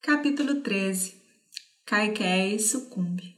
Capítulo 13. Kaikéi sucumbe.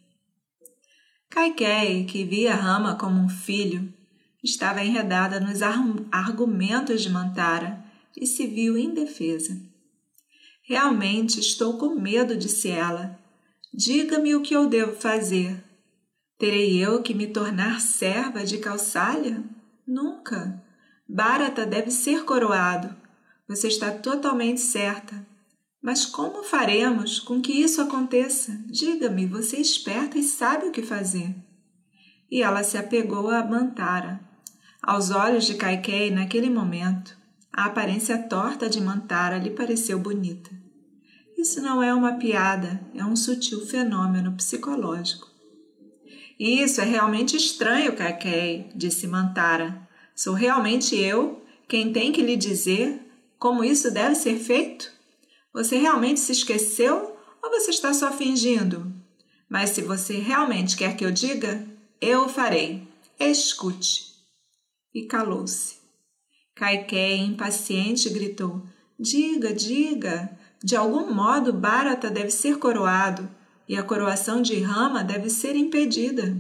Kaikéi, que via Rama como um filho, estava enredada nos argumentos de Mantara e se viu indefesa. Realmente estou com medo, disse ela. Diga-me o que eu devo fazer. Terei eu que me tornar serva de Kausalya? Nunca. Bharata deve ser coroado. Você está totalmente certa. Mas como faremos com que isso aconteça? Diga-me, você é esperta e sabe o que fazer. E ela se apegou a Mantara. Aos olhos de Kaikéi, naquele momento, a aparência torta de Mantara lhe pareceu bonita. Isso não é uma piada, é um sutil fenômeno psicológico. Isso é realmente estranho, Kaikéi, disse Mantara. Sou realmente eu quem tem que lhe dizer como isso deve ser feito? Você realmente se esqueceu ou você está só fingindo? Mas se você realmente quer que eu diga, eu o farei. Escute. E calou-se. Kaikéi, impaciente, gritou. Diga, diga. De algum modo, Bharata deve ser coroado e a coroação de Rama deve ser impedida.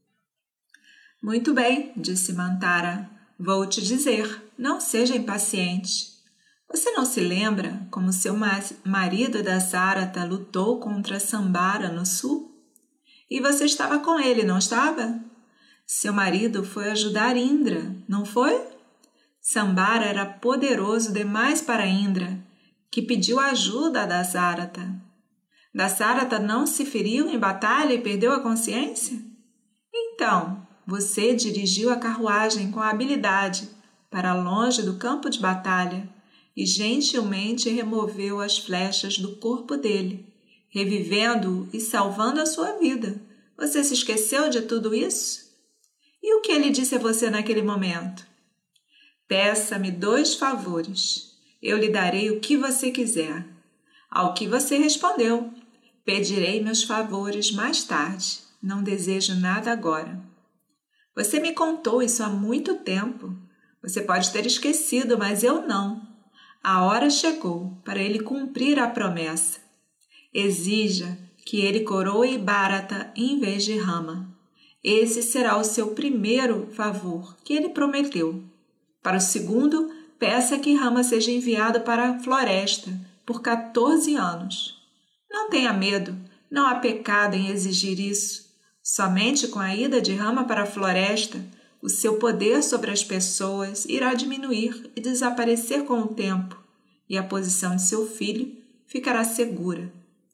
Muito bem, disse Mantara. Vou te dizer, não seja impaciente. Você não se lembra como seu marido Dasarata lutou contra Sambara no sul? E você estava com ele, não estava? Seu marido foi ajudar Indra, não foi? Sambara era poderoso demais para Indra, que pediu ajuda a Dasarata. Dasarata não se feriu em batalha e perdeu a consciência? Então, você dirigiu a carruagem com habilidade para longe do campo de batalha e gentilmente removeu as flechas do corpo dele, revivendo-o e salvando a sua vida. Você se esqueceu de tudo isso? E o que ele disse a você naquele momento? Peça-me 2 favores. Eu lhe darei o que você quiser. Ao que você respondeu, pedirei meus favores mais tarde. Não desejo nada agora. Você me contou isso há muito tempo. Você pode ter esquecido, mas eu não. A hora chegou para ele cumprir a promessa. Exija que ele coroe Bharata em vez de Rama. Esse será o seu primeiro favor que ele prometeu. Para o segundo, peça que Rama seja enviado para a floresta por 14 anos. Não tenha medo, não há pecado em exigir isso. Somente com a ida de Rama para a floresta, o seu poder sobre as pessoas irá diminuir e desaparecer com o tempo, e a posição de seu filho ficará segura.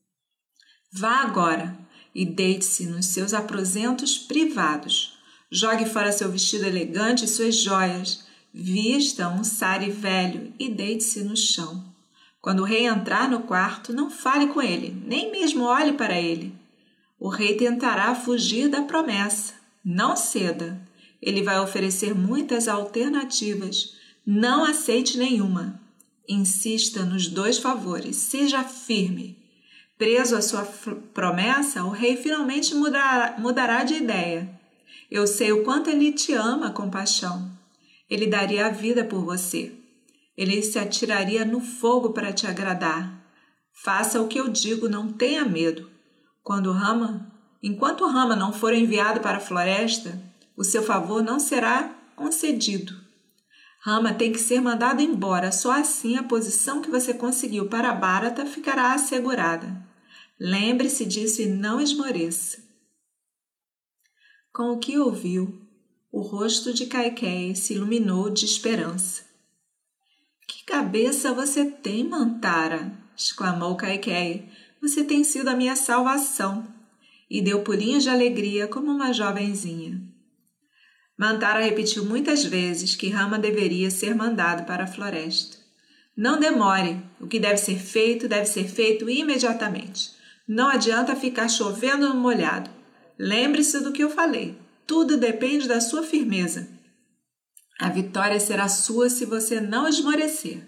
Vá agora e deite-se nos seus aposentos privados. Jogue fora seu vestido elegante e suas joias. Vista um sari velho e deite-se no chão. Quando o rei entrar no quarto, não fale com ele, nem mesmo olhe para ele. O rei tentará fugir da promessa. Não ceda. Ele vai oferecer muitas alternativas. Não aceite nenhuma. Insista nos 2 favores. Seja firme. Preso à sua promessa, o rei finalmente mudará de ideia. Eu sei o quanto ele te ama com paixão. Ele daria a vida por você. Ele se atiraria no fogo para te agradar. Faça o que eu digo, não tenha medo. Enquanto Rama não for enviado para a floresta, o seu favor não será concedido. Rama tem que ser mandado embora, só assim a posição que você conseguiu para Bharata ficará assegurada. Lembre-se disso e não esmoreça. Com o que ouviu, o rosto de Kaikéi se iluminou de esperança. Que cabeça você tem, Mantara! Exclamou Kaikéi. Você tem sido a minha salvação. E deu pulinhos de alegria como uma jovenzinha. Mantara repetiu muitas vezes que Rama deveria ser mandado para a floresta. Não demore. O que deve ser feito imediatamente. Não adianta ficar chovendo no molhado. Lembre-se do que eu falei. Tudo depende da sua firmeza. A vitória será sua se você não esmorecer.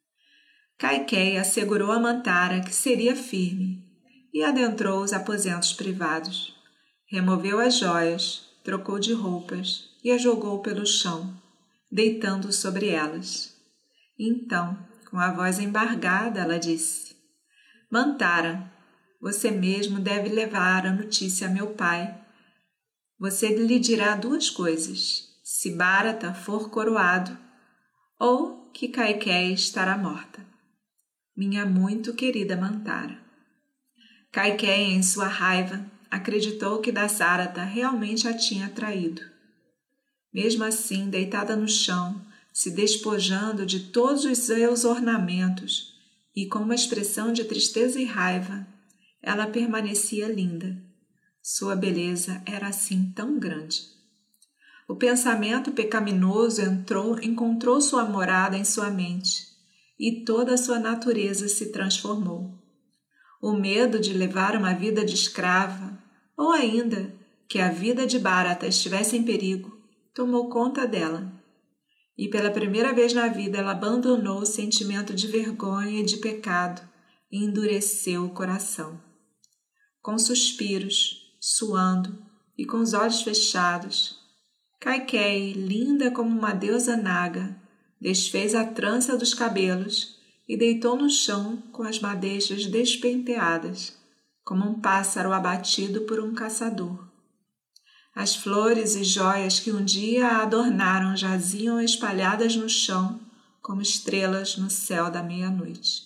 Kaikéi assegurou a Mantara que seria firme e adentrou os aposentos privados. Removeu as joias, trocou de roupas e a jogou pelo chão, deitando sobre elas. Então, com a voz embargada, ela disse: Mantara, você mesmo deve levar a notícia a meu pai. Você lhe dirá duas coisas, se Bharata for coroado ou que Kaikeyi estará morta. Minha muito querida Mantara. Kaikeyi, em sua raiva, acreditou que Dasarata realmente a tinha traído. Mesmo assim, deitada no chão, se despojando de todos os seus ornamentos e com uma expressão de tristeza e raiva, ela permanecia linda. Sua beleza era assim tão grande. O pensamento pecaminoso encontrou sua morada em sua mente e toda a sua natureza se transformou. O medo de levar uma vida de escrava, ou ainda que a vida de Bharata estivesse em perigo, tomou conta dela. E pela primeira vez na vida ela abandonou o sentimento de vergonha e de pecado e endureceu o coração. Com suspiros, suando e com os olhos fechados, Kaikeyi, linda como uma deusa naga, desfez a trança dos cabelos e deitou no chão com as madeixas despenteadas, como um pássaro abatido por um caçador. As flores e joias que um dia a adornaram jaziam espalhadas no chão como estrelas no céu da meia-noite.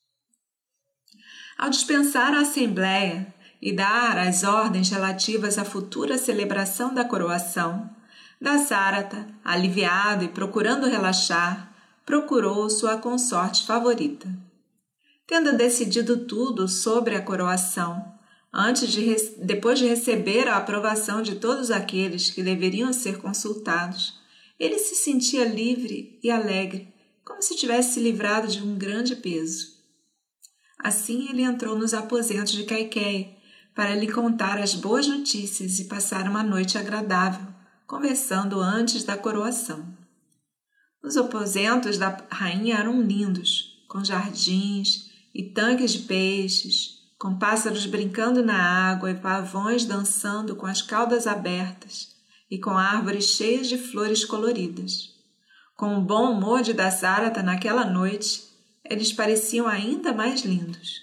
Ao dispensar a assembleia e dar as ordens relativas à futura celebração da coroação, Dasarata, aliviado e procurando relaxar, procurou sua consorte favorita. Tendo decidido tudo sobre a coroação, depois de receber a aprovação de todos aqueles que deveriam ser consultados, ele se sentia livre e alegre, como se tivesse se livrado de um grande peso. Assim ele entrou nos aposentos de Kaikeyi para lhe contar as boas notícias e passar uma noite agradável, conversando antes da coroação. Os aposentos da rainha eram lindos, com jardins e tanques de peixes, com pássaros brincando na água e pavões dançando com as caudas abertas e com árvores cheias de flores coloridas. Com o bom humor de Dasarata naquela noite, eles pareciam ainda mais lindos.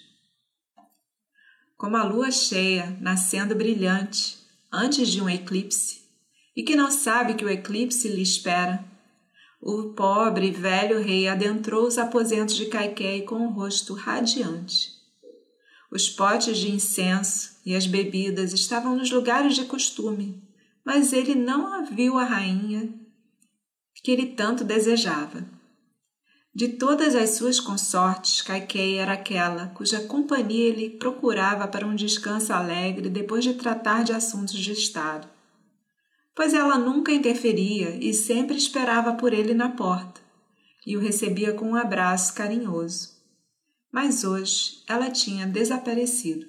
Como a lua cheia, nascendo brilhante, antes de um eclipse, e que não sabe que o eclipse lhe espera, o pobre e velho rei adentrou os aposentos de Kaikeyi com o rosto radiante. Os potes de incenso e as bebidas estavam nos lugares de costume, mas ele não viu a rainha que ele tanto desejava. De todas as suas consortes, Kaikeyi era aquela cuja companhia ele procurava para um descanso alegre depois de tratar de assuntos de estado, pois ela nunca interferia e sempre esperava por ele na porta, e o recebia com um abraço carinhoso. Mas hoje ela tinha desaparecido.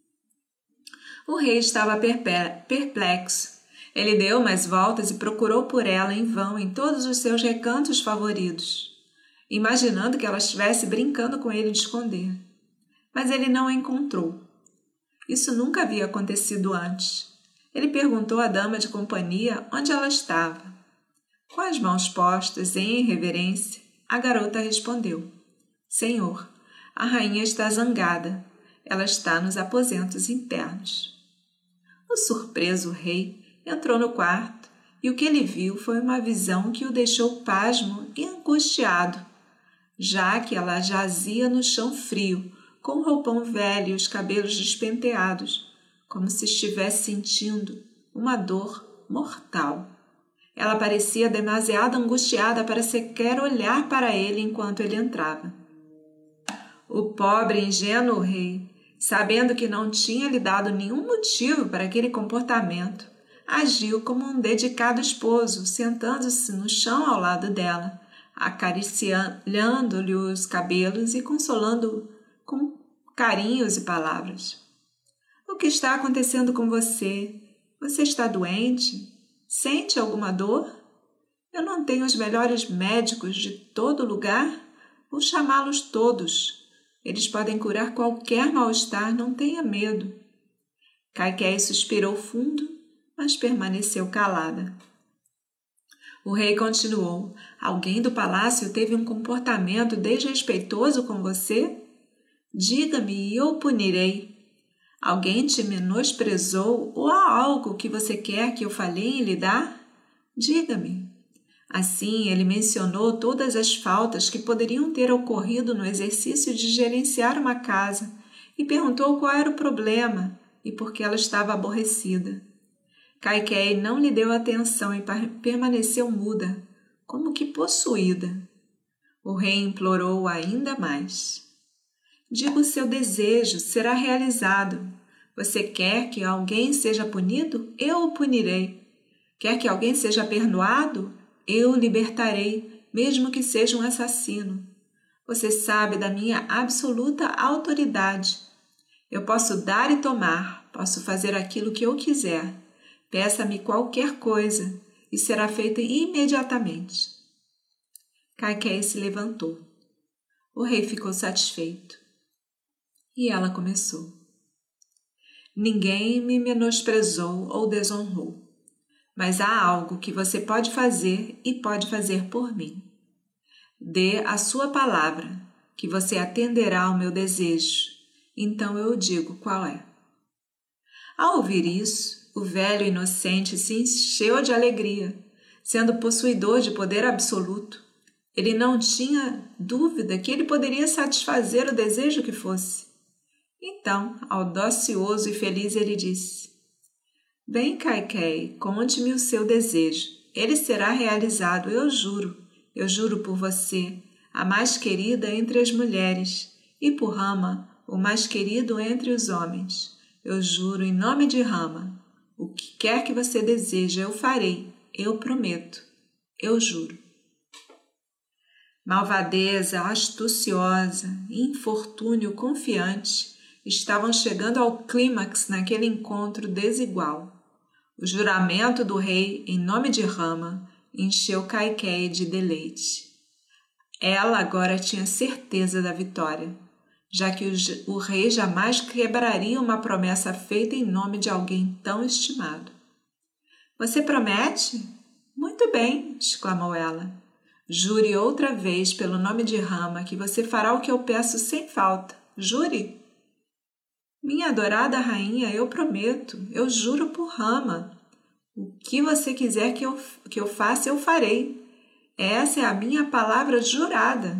O rei estava perplexo. Ele deu umas voltas e procurou por ela em vão em todos os seus recantos favoritos, imaginando que ela estivesse brincando com ele de esconder. Mas ele não a encontrou. Isso nunca havia acontecido antes. Ele perguntou à dama de companhia onde ela estava. Com as mãos postas em reverência, a garota respondeu: Senhor, a rainha está zangada. Ela está nos aposentos internos. O surpreso rei entrou no quarto e o que ele viu foi uma visão que o deixou pasmo e angustiado, já que ela jazia no chão frio, com o roupão velho e os cabelos despenteados, como se estivesse sentindo uma dor mortal. Ela parecia demasiado angustiada para sequer olhar para ele enquanto ele entrava. O pobre e ingênuo rei, sabendo que não tinha lhe dado nenhum motivo para aquele comportamento, agiu como um dedicado esposo, sentando-se no chão ao lado dela, acariciando-lhe os cabelos e consolando-o com carinhos e palavras. O que está acontecendo com você? Você está doente? Sente alguma dor? Eu não tenho os melhores médicos de todo lugar? Vou chamá-los todos. Eles podem curar qualquer mal-estar, não tenha medo. Kaikeyi suspirou fundo, mas permaneceu calada. O rei continuou: Alguém do palácio teve um comportamento desrespeitoso com você? Diga-me e eu o punirei. Alguém te menosprezou ou há algo que você quer que eu falhe em lhe dar? Diga-me. Assim, ele mencionou todas as faltas que poderiam ter ocorrido no exercício de gerenciar uma casa e perguntou qual era o problema e por que ela estava aborrecida. Kaikéi não lhe deu atenção e permaneceu muda, como que possuída. O rei implorou ainda mais. Diga o seu desejo, será realizado. Você quer que alguém seja punido? Eu o punirei. Quer que alguém seja perdoado? Eu o libertarei, mesmo que seja um assassino. Você sabe da minha absoluta autoridade. Eu posso dar e tomar, posso fazer aquilo que eu quiser. Peça-me qualquer coisa e será feita imediatamente. Kaikéi se levantou. O rei ficou satisfeito. E ela começou. Ninguém me menosprezou ou desonrou. Mas há algo que você pode fazer e pode fazer por mim. Dê a sua palavra, que você atenderá ao meu desejo. Então eu digo qual é. Ao ouvir isso, o velho inocente se encheu de alegria, sendo possuidor de poder absoluto. Ele não tinha dúvida que ele poderia satisfazer o desejo que fosse. Então, audacioso e feliz, ele disse: Bem, Kaikéi, conte-me o seu desejo. Ele será realizado, eu juro por você, a mais querida entre as mulheres, e por Rama, o mais querido entre os homens. Eu juro em nome de Rama. O que quer que você deseje, eu farei, eu prometo, eu juro. Malvadeza, astuciosa, infortúnio confiante estavam chegando ao clímax naquele encontro desigual. O juramento do rei, em nome de Rama, encheu Kaikéi de deleite. Ela agora tinha certeza da vitória, já que o rei jamais quebraria uma promessa feita em nome de alguém tão estimado. Você promete? Muito bem, exclamou ela. Jure outra vez pelo nome de Rama que você fará o que eu peço sem falta. Jure? Minha adorada rainha, eu prometo, eu juro por Rama. O que você quiser que eu faça, eu farei. Essa é a minha palavra jurada.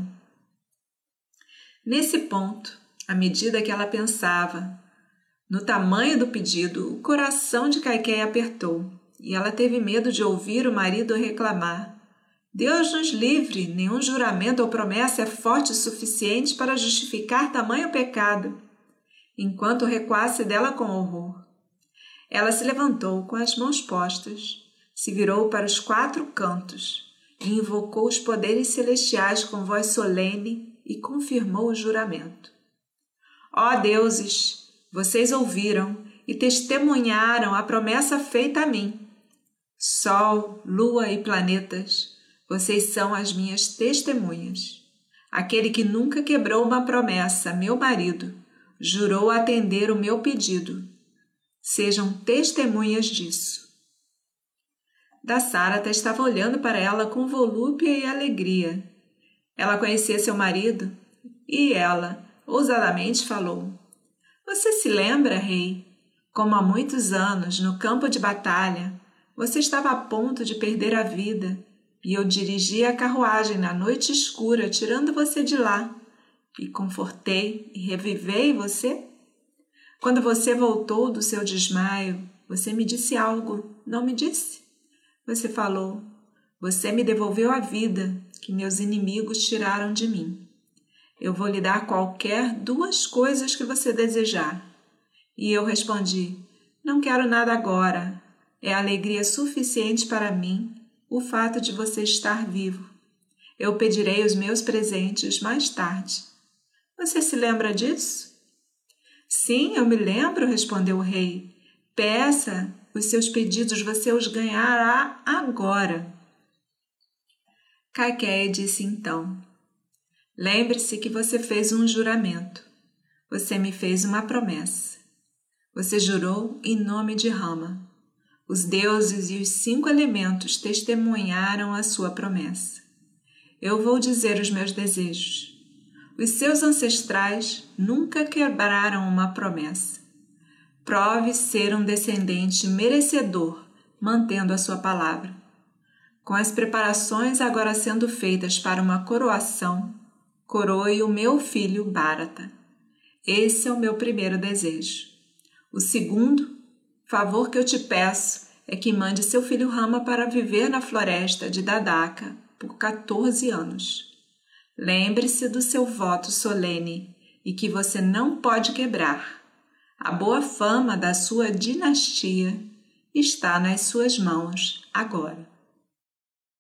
Nesse ponto, à medida que ela pensava no tamanho do pedido, o coração de Kaikéi apertou e ela teve medo de ouvir o marido reclamar. Deus nos livre, nenhum juramento ou promessa é forte o suficiente para justificar tamanho pecado. Enquanto recuasse dela com horror. Ela se levantou com as mãos postas, se virou para os 4 cantos e invocou os poderes celestiais com voz solene e confirmou o juramento. Ó deuses, vocês ouviram e testemunharam a promessa feita a mim. Sol, lua e planetas, vocês são as minhas testemunhas. Aquele que nunca quebrou uma promessa, meu marido, jurou atender o meu pedido. Sejam testemunhas disso. Dassarata estava olhando para ela com volúpia e alegria. Ela conhecia seu marido e ela, ousadamente, falou: Você se lembra, rei, como há muitos anos, no campo de batalha, você estava a ponto de perder a vida e eu dirigi a carruagem na noite escura, tirando você de lá. E confortei e revivei você? Quando você voltou do seu desmaio, você me disse algo, não me disse? Você falou, você me devolveu a vida que meus inimigos tiraram de mim. Eu vou lhe dar qualquer 2 coisas que você desejar. E eu respondi, não quero nada agora. É alegria suficiente para mim o fato de você estar vivo. Eu pedirei os meus presentes mais tarde. Você se lembra disso? Sim, eu me lembro, respondeu o rei. Peça os seus pedidos, você os ganhará agora. Kaikéi disse então, lembre-se que você fez um juramento. Você me fez uma promessa. Você jurou em nome de Rama. Os deuses e os 5 elementos testemunharam a sua promessa. Eu vou dizer os meus desejos. Os seus ancestrais nunca quebraram uma promessa. Prove ser um descendente merecedor, mantendo a sua palavra. Com as preparações agora sendo feitas para uma coroação, coroe o meu filho Bharata. Esse é o meu primeiro desejo. O segundo favor que eu te peço é que mande seu filho Rama para viver na floresta de Dadaka por 14 anos. Lembre-se do seu voto solene e que você não pode quebrar. A boa fama da sua dinastia está nas suas mãos agora.